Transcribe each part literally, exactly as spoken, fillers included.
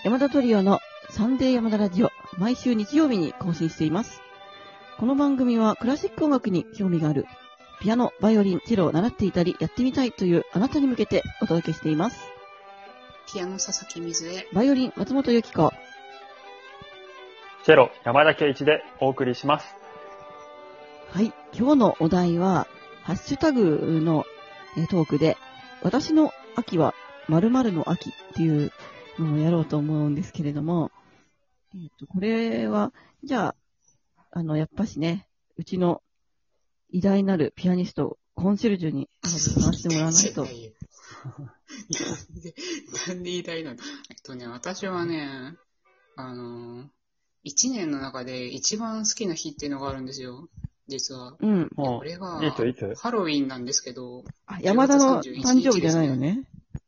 山田トリオのサンデー山田ラジオ、毎週日曜日に更新しています。この番組はクラシック音楽に興味がある、ピアノ、バイオリン、チェロを習っていたりやってみたいというあなたに向けてお届けしています。 ピアノ佐々木水江、 バイオリン松本由紀子、 チェロ山田圭一でお送りします。 はい、今日のお題はハッシュタグのトークで、私の秋は〇〇の秋っていうのをやろうと思うんですけれども、えーと、これはじゃああのやっぱしね、うちの偉大なるピアニストコンシェルジュにまず話してもらわないと。 なんで偉大なの？えっとね、私はね、あの一年の中で一番好きな日っていうのがあるんですよ。実は。 うん。 これがいついつハロウィンなんですけど。 あ、山田の誕生日じゃないのね。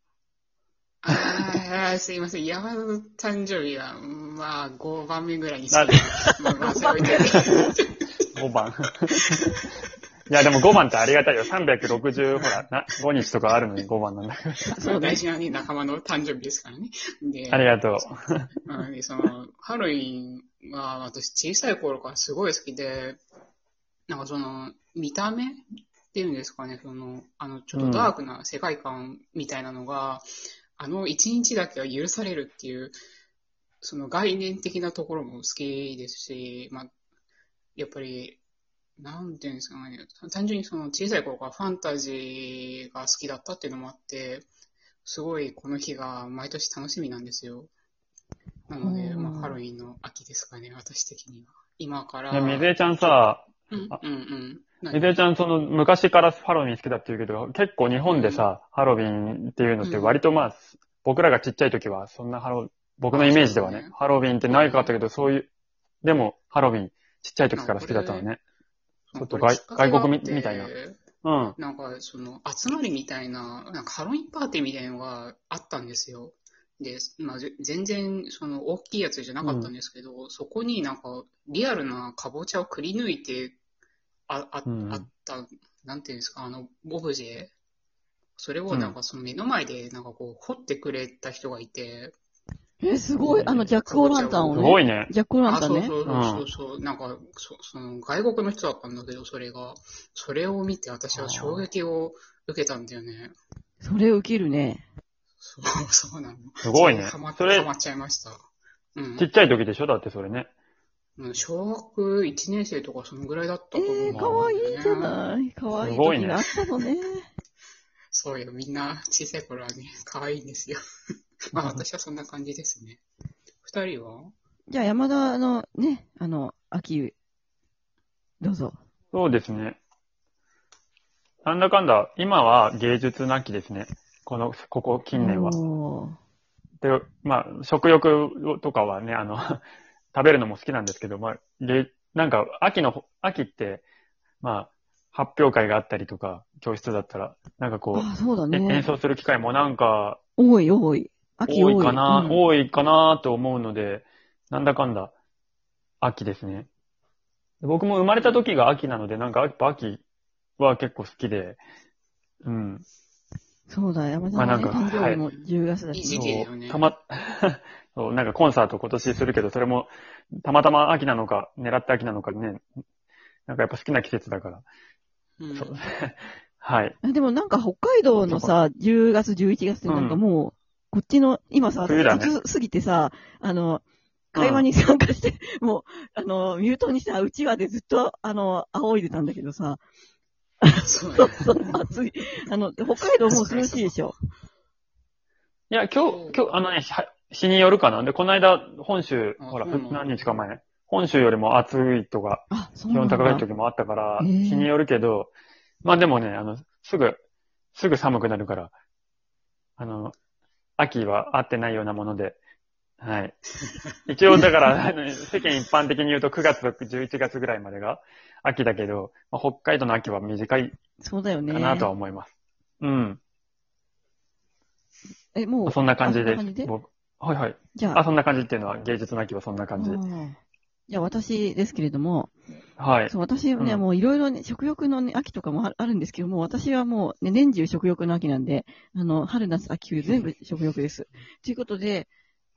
ああ、すいません。山田の誕生日は、まあ、ごばんめぐらいに好きです。まあ、まあ、それ置いてごばん。いや、でもごばんってありがたいよ。さんびゃくろくじゅう、ほら、な、ごにちとかあるのにごばんなんだから。 そう、大事なね、仲間の誕生日ですからね。で、 ありがとう。 でその、ハロウィンは私小さい頃からすごい好きで、なんかその、見た目っていうんですかね、その、あの、ちょっとダークな世界観みたいなのが、うん、あの一日だけは許されるっていう、その概念的なところも好きですし、まあ、やっぱり、なんていうんですかね、単純にその小さい頃からファンタジーが好きだったっていうのもあって、すごいこの日が毎年楽しみなんですよ。なので、まあ、ハロウィンの秋ですかね、私的には。今から。 水江ちゃんさ、 うんうんうん。 水江ちゃん、その、昔からハロウィン好きだって言うけど、結構日本でさ、うん、ハロウィンっていうのって割とまあ、うん、僕らがちっちゃい時は、そんなハロ、僕のイメージではね、ねハロウィンってないかったけど、うん、そういう、でも、ハロウィン、ちっちゃい時から好きだったのね。ちょっと外外国みたいな。 うん。なんか、その、集まりみたいな、なんかハロウィンパーティーみたいなのがあったんですよ。で、まあ、全然、その、大きいやつじゃなかったんですけど、うん、そこになんか、リアルなカボチャをくり抜いて、あ、あ、うん、あった、なんていうんですか、あの、オブジェ。それをなんかその目の前でなんかこう、掘ってくれた人がいて。 え、すごい。あの、ジャックオーランタンをね。 すごいね。 ジャックオーランタンね。 あ、そうそうそうそう。うん、なんかそ、その、外国の人だったんだけど、それが。それを見て私は衝撃を受けたんだよね。 それ受けるね。 そう、そうなの。 すごいね。 それハマ、 それハマっちゃいました。 うん。ちっちゃい時でしょだってそれね。 小学いちねん生とかそのぐらいだったと思う、ね。 えー、かわいいじゃない。かわいい時があったのね。 そうよ、みんな小さい頃はね、かわいいんですよ。まあ私はそんな感じですね。二人はじゃあ山田のね、あの、秋、どうぞ。 そうですね。なんだかんだ、今は芸術の秋ですね。この、ここ近年は。で、まあ、食欲とかはね、あの、食べるのも好きなんですけど、まあ、なんか、秋の、秋って、まあ、発表会があったりとか、教室だったら、なんかこう、 あ、そうだね、 演奏する機会もなんか、 多い多い。秋多い。 多いかな、 うん、 多いかなと思うので、なんだかんだ、秋ですね。僕も生まれた時が秋なので、なんか、秋は結構好きで、うん。 そうだ、山田の、ね、誕生日もじゅうがつだし、 いい時期だよね。 たま、そう、なんかコンサート今年するけど、それも、たまたま秋なのか、狙って秋なのかね、なんかやっぱ好きな季節だから。 うん、 そうはい。 でもなんか北海道のさ、じゅうがつ、じゅういちがつってなんかもう、うん、こっちの、今さ、 冬だね、 暑すぎてさ、あの、会話に参加して、うん、もう、あの、ミュートにして、うちわでずっと、あの、仰いでたんだけどさ、 そうそうそう、暑い。あの、北海道もう涼しいでしょ。 いや、今日、今日、あのね、日によるかな。で、この間、本州、ほら、何日か前、本州よりも暑いとか、気温高い時もあったから、日によるけど、まあでもね、あの、すぐ、すぐ寒くなるから、あの、秋は合ってないようなもので、はい。一応、だから、世間一般的に言うとくがつ、じゅういちがつぐらいまでが秋だけど、まあ、北海道の秋は短いそうだよね。 かなとは思います。うん。 え、もう、 そんな感じです。 そんな感じで僕はいはい。 じゃあ、 あ、そんな感じっていうのは芸術の秋はそんな感じ。 じゃあ私ですけれども、 はい。 そう、私はね、うん、もういろいろね、食欲のね、秋とかもあるんですけども、私はもうね、年中食欲の秋なんで、あの、春夏秋冬全部食欲です。ということで、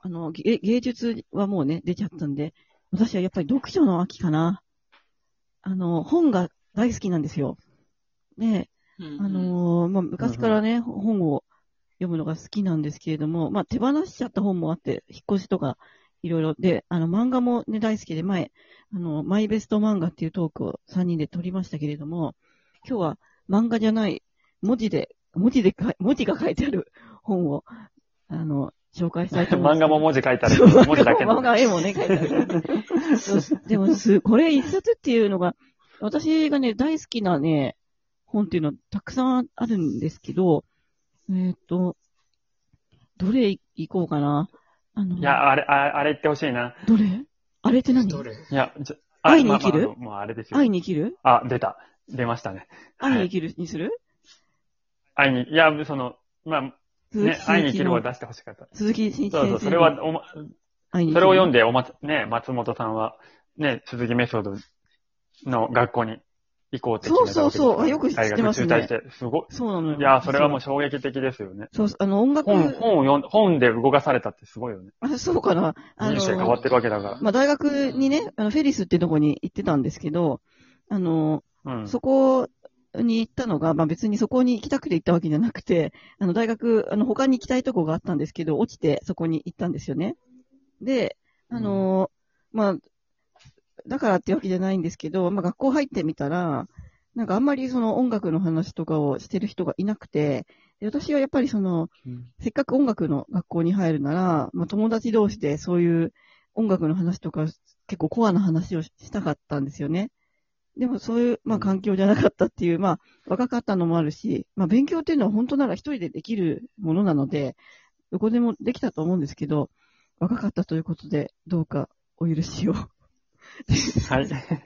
あの、芸芸術はもうね、出ちゃったんで、私はやっぱり読書の秋かな。あの、本が大好きなんですよ。で、 うんうん、 あのー、まあ、昔からね、うん、本を読むのが好きなんですけれども、まあ、手放しちゃった本もあって、引っ越しとか、いろいろ。で、あの、漫画もね、大好きで、前、あの、マイベスト漫画っていうトークをさんにんで撮りましたけれども、今日は漫画じゃない、文字で、文字でか、文字が書いてある本を、あの、紹介したいと思います。 漫画も文字書いてある。文字だけの。 漫画、絵もね、書いてある。でもす、これ一冊っていうのが、私がね、大好きなね、本っていうのはたくさんあるんですけど、えっと、どれ行こうかな。あの、 いや、あれ、ああれ言ってほしいな。 どれあれって何どれいや、じゃ愛に生きる、 まあまあ、もうあれですよ。 愛に生きるあ、出た。出ましたね。 愛に生きるにする、 はい、愛に、いや、その、まあ、ね、愛に生きるを出してほしかった。 鈴木真一先生。 そうそう、それは、おま、それを読んで、おま、ね、松本さんは、ね、鈴木メソッドの学校に行こうって決めたわけです、ね。 そうそうそう、よく知ってますね。 大学中退して、すごい。 そうなのよ。 いや、それはもう衝撃的ですよね。 そう、あの、音楽。 本、本を読ん、本で動かされたってすごいよね。 あ、そうかな。 あの、人生変わってるわけだから。 まあ、大学にね、あの、フェリスってとこに行ってたんですけど、あの、うん、そこに行ったのが、まあ、別にそこに行きたくて行ったわけじゃなくて、あの、大学、あの、他に行きたいとこがあったんですけど、落ちてそこに行ったんですよね。で、あの、うん、まあ、だからってわけじゃないんですけど、まあ、学校入ってみたら、なんかあんまりその音楽の話とかをしてる人がいなくて、で私はやっぱりその、うん、せっかく音楽の学校に入るなら、まあ、友達同士でそういう音楽の話とか結構コアな話をしたかったんですよね。でもそういう、まあ、環境じゃなかったっていう、まあ、若かったのもあるし、まあ、勉強っていうのは本当なら一人でできるものなので、どこでもできたと思うんですけど、若かったということで、どうかお許しを。 はい。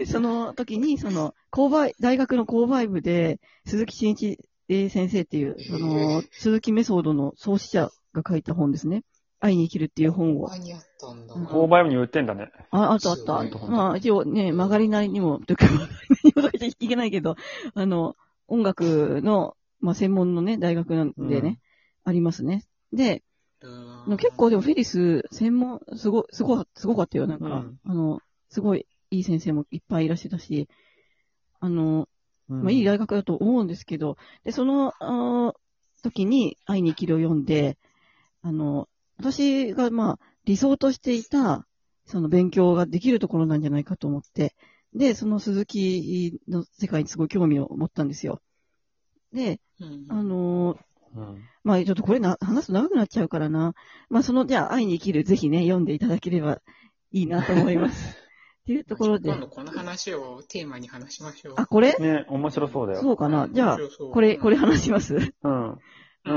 その時に、その、購買、大学の購買部で、鈴木真一先生っていう、その、鈴木メソードの創始者が書いた本ですね。愛に生きるっていう本を。 にあったんだ。 購買部に売ってんだね。 あ、あったあった。まあ、一応ね、曲がりなりにも、というか、曲がりなりにもといけないけど、あの、音楽の、まあ、専門のね、大学なんでね、うん、ありますね。で、結構でもフェリス、専門、すご、すご、すごかったよ。なんか、うん、あの、すごいいい先生もいっぱいいらしてたし、あの、まあ、いい大学だと思うんですけど、で、その、あ時に愛に生きるを読んで、あの、私がまあ、理想としていた、その勉強ができるところなんじゃないかと思って、で、その鈴木の世界にすごい興味を持ったんですよ。で、うん、あの、うん、まあ、ちょっとこれな、話すと長くなっちゃうからな。まあ、その、じゃあ、愛に生きる、ぜひね、読んでいただければいいなと思います。っていうところで。 今度この話をテーマに話しましょう。 あ、これね、面白そうだよ。 そうかな。じゃあ、これ、これ話します。 うん。うん。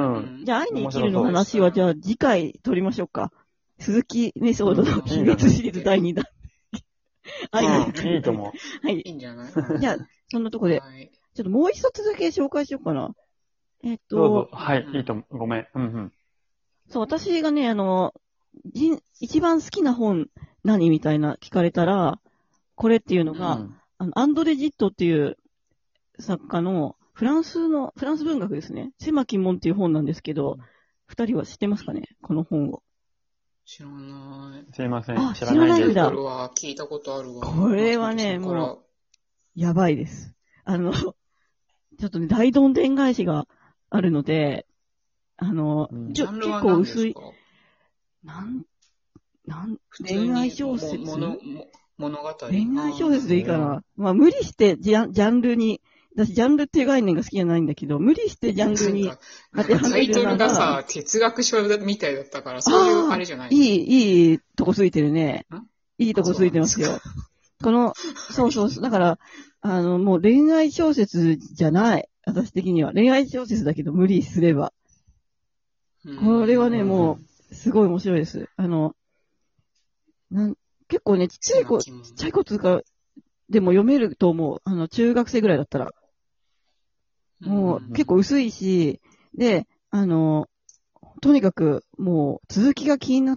じゃあ、愛に生きるの話は、じゃあ、次回撮りましょうか。鈴木メソードの秘密シリーズだいにだん。 愛に生きる。いいと思う。 はい。 いいんじゃないじゃあ、そんなとこで、はい、ちょっともう一つだけ紹介しようかな。えっと、 どうぞ。はい、いいと思う。ごめん。うんうん。 そう、私がね、あの、一番好きな本何みたいな聞かれたら、これっていうのが、うん、あの、アンドレ・ジットっていう作家のフランスの、フランス文学ですね。狭き門っていう本なんですけど、二、うん、人は知ってますかねこの本を。 知らない。 すいません。 あ、知らないんだ。 これは聞いたことあるわ。 これはね、もう、やばいです。あの、ちょっとね、大どんでん返しがあるので、あの、うん、ちょ結構薄い。なん、なん、恋愛小説物語恋愛小説でいいかな。まあ、無理してジャン、ジャンルに、私、ジャンルっていう概念が好きじゃないんだけど、無理してジャンルに当てはめるなら。タイトルがさ、哲学書みたいだったから、そういうあれじゃない？ いい、いいとこついてるね。いいとこついてますよ。この、そうそうそう。だから、あの、もう恋愛小説じゃない。私的には。恋愛小説だけど無理すれば。これはね、もう、すごい面白いです。あの、なん結構ね、ちっちゃい子、ちっちゃい子つうか、でも読めると思う。あの、中学生ぐらいだったら。もう、結構薄いし、で、あの、とにかく、もう、続きが気になって、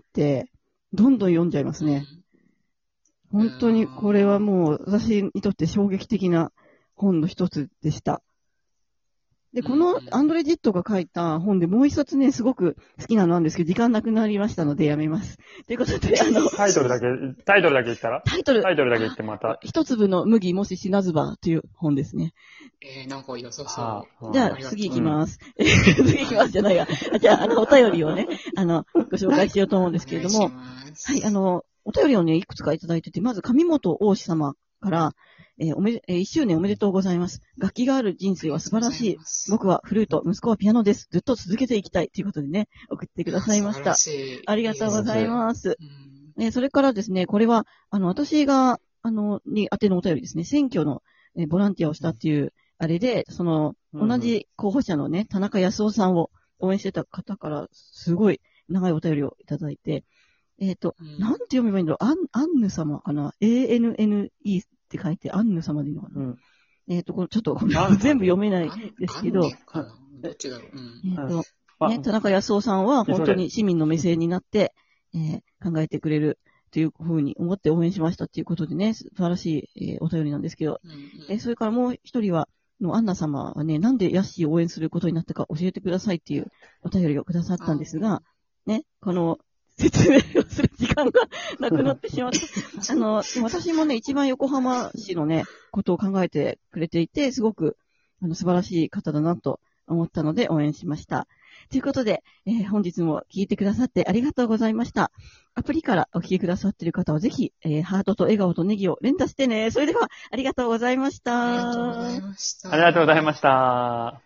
どんどん読んじゃいますね。本当に、これはもう、私にとって衝撃的な本の一つでした。 で、このアンドレ・ジットが書いた本でもう一冊ね、すごく好きなのなんですけど、時間なくなりましたのでやめます。ということで、あの、 タイトルだけ、タイトルだけ言ったらタイトル。 タイトルだけ言ってまた。 一粒の麦もし死なずばという本ですね。 えー、なんか良さそう。 じゃあ、次行きます。うん、次行きますじゃないや。じゃあ、あの、お便りをね、あの、ご紹介しようと思うんですけれども。はい、あの、お便りをね、いくつかいただいてて、まず、上本大師様から、えー、おめ、えー、一周年おめでとうございます。楽器がある人生は素晴らしい。僕はフルート、息子はピアノです。ずっと続けていきたい。ということでね、送ってくださいました。ありがとうございます。えー、それからですね、これは、あの、私が、あの、に宛てのお便りですね、選挙の、えー、ボランティアをしたっていう、あれで、その、同じ候補者のね、田中康夫さんを応援してた方から、すごい長いお便りをいただいて、えっと、うん、なんて読めばいいんだろう、アン、アンヌ様かな ?エーエヌエヌイー って書いて、アンヌ様でいいのかな、うん、えっと、これちょっと全部読めないですけど、どっちだろう、うん、 えっと、ね、田中康夫さんは本当に市民の目線になって、えー、考えてくれるというふうに思って応援しましたっていうことでね、素晴らしい、えー、お便りなんですけど、うんうん、えー、それからもう一人は、のアンナ様はね、なんでヤッシーを応援することになったか教えてくださいっていうお便りをくださったんですが、ね、この説明をする時間がなくなってしまった。あの、私もね、一番横浜市のね、ことを考えてくれていて、すごくあの素晴らしい方だなと思ったので応援しました。ということで、えー、本日も聞いてくださってありがとうございました。アプリからお聞きくださっている方はぜひ、えー、ハートと笑顔とネギを連打してね。それでは、ありがとうございました。 ありがとうございました。 ありがとうございました。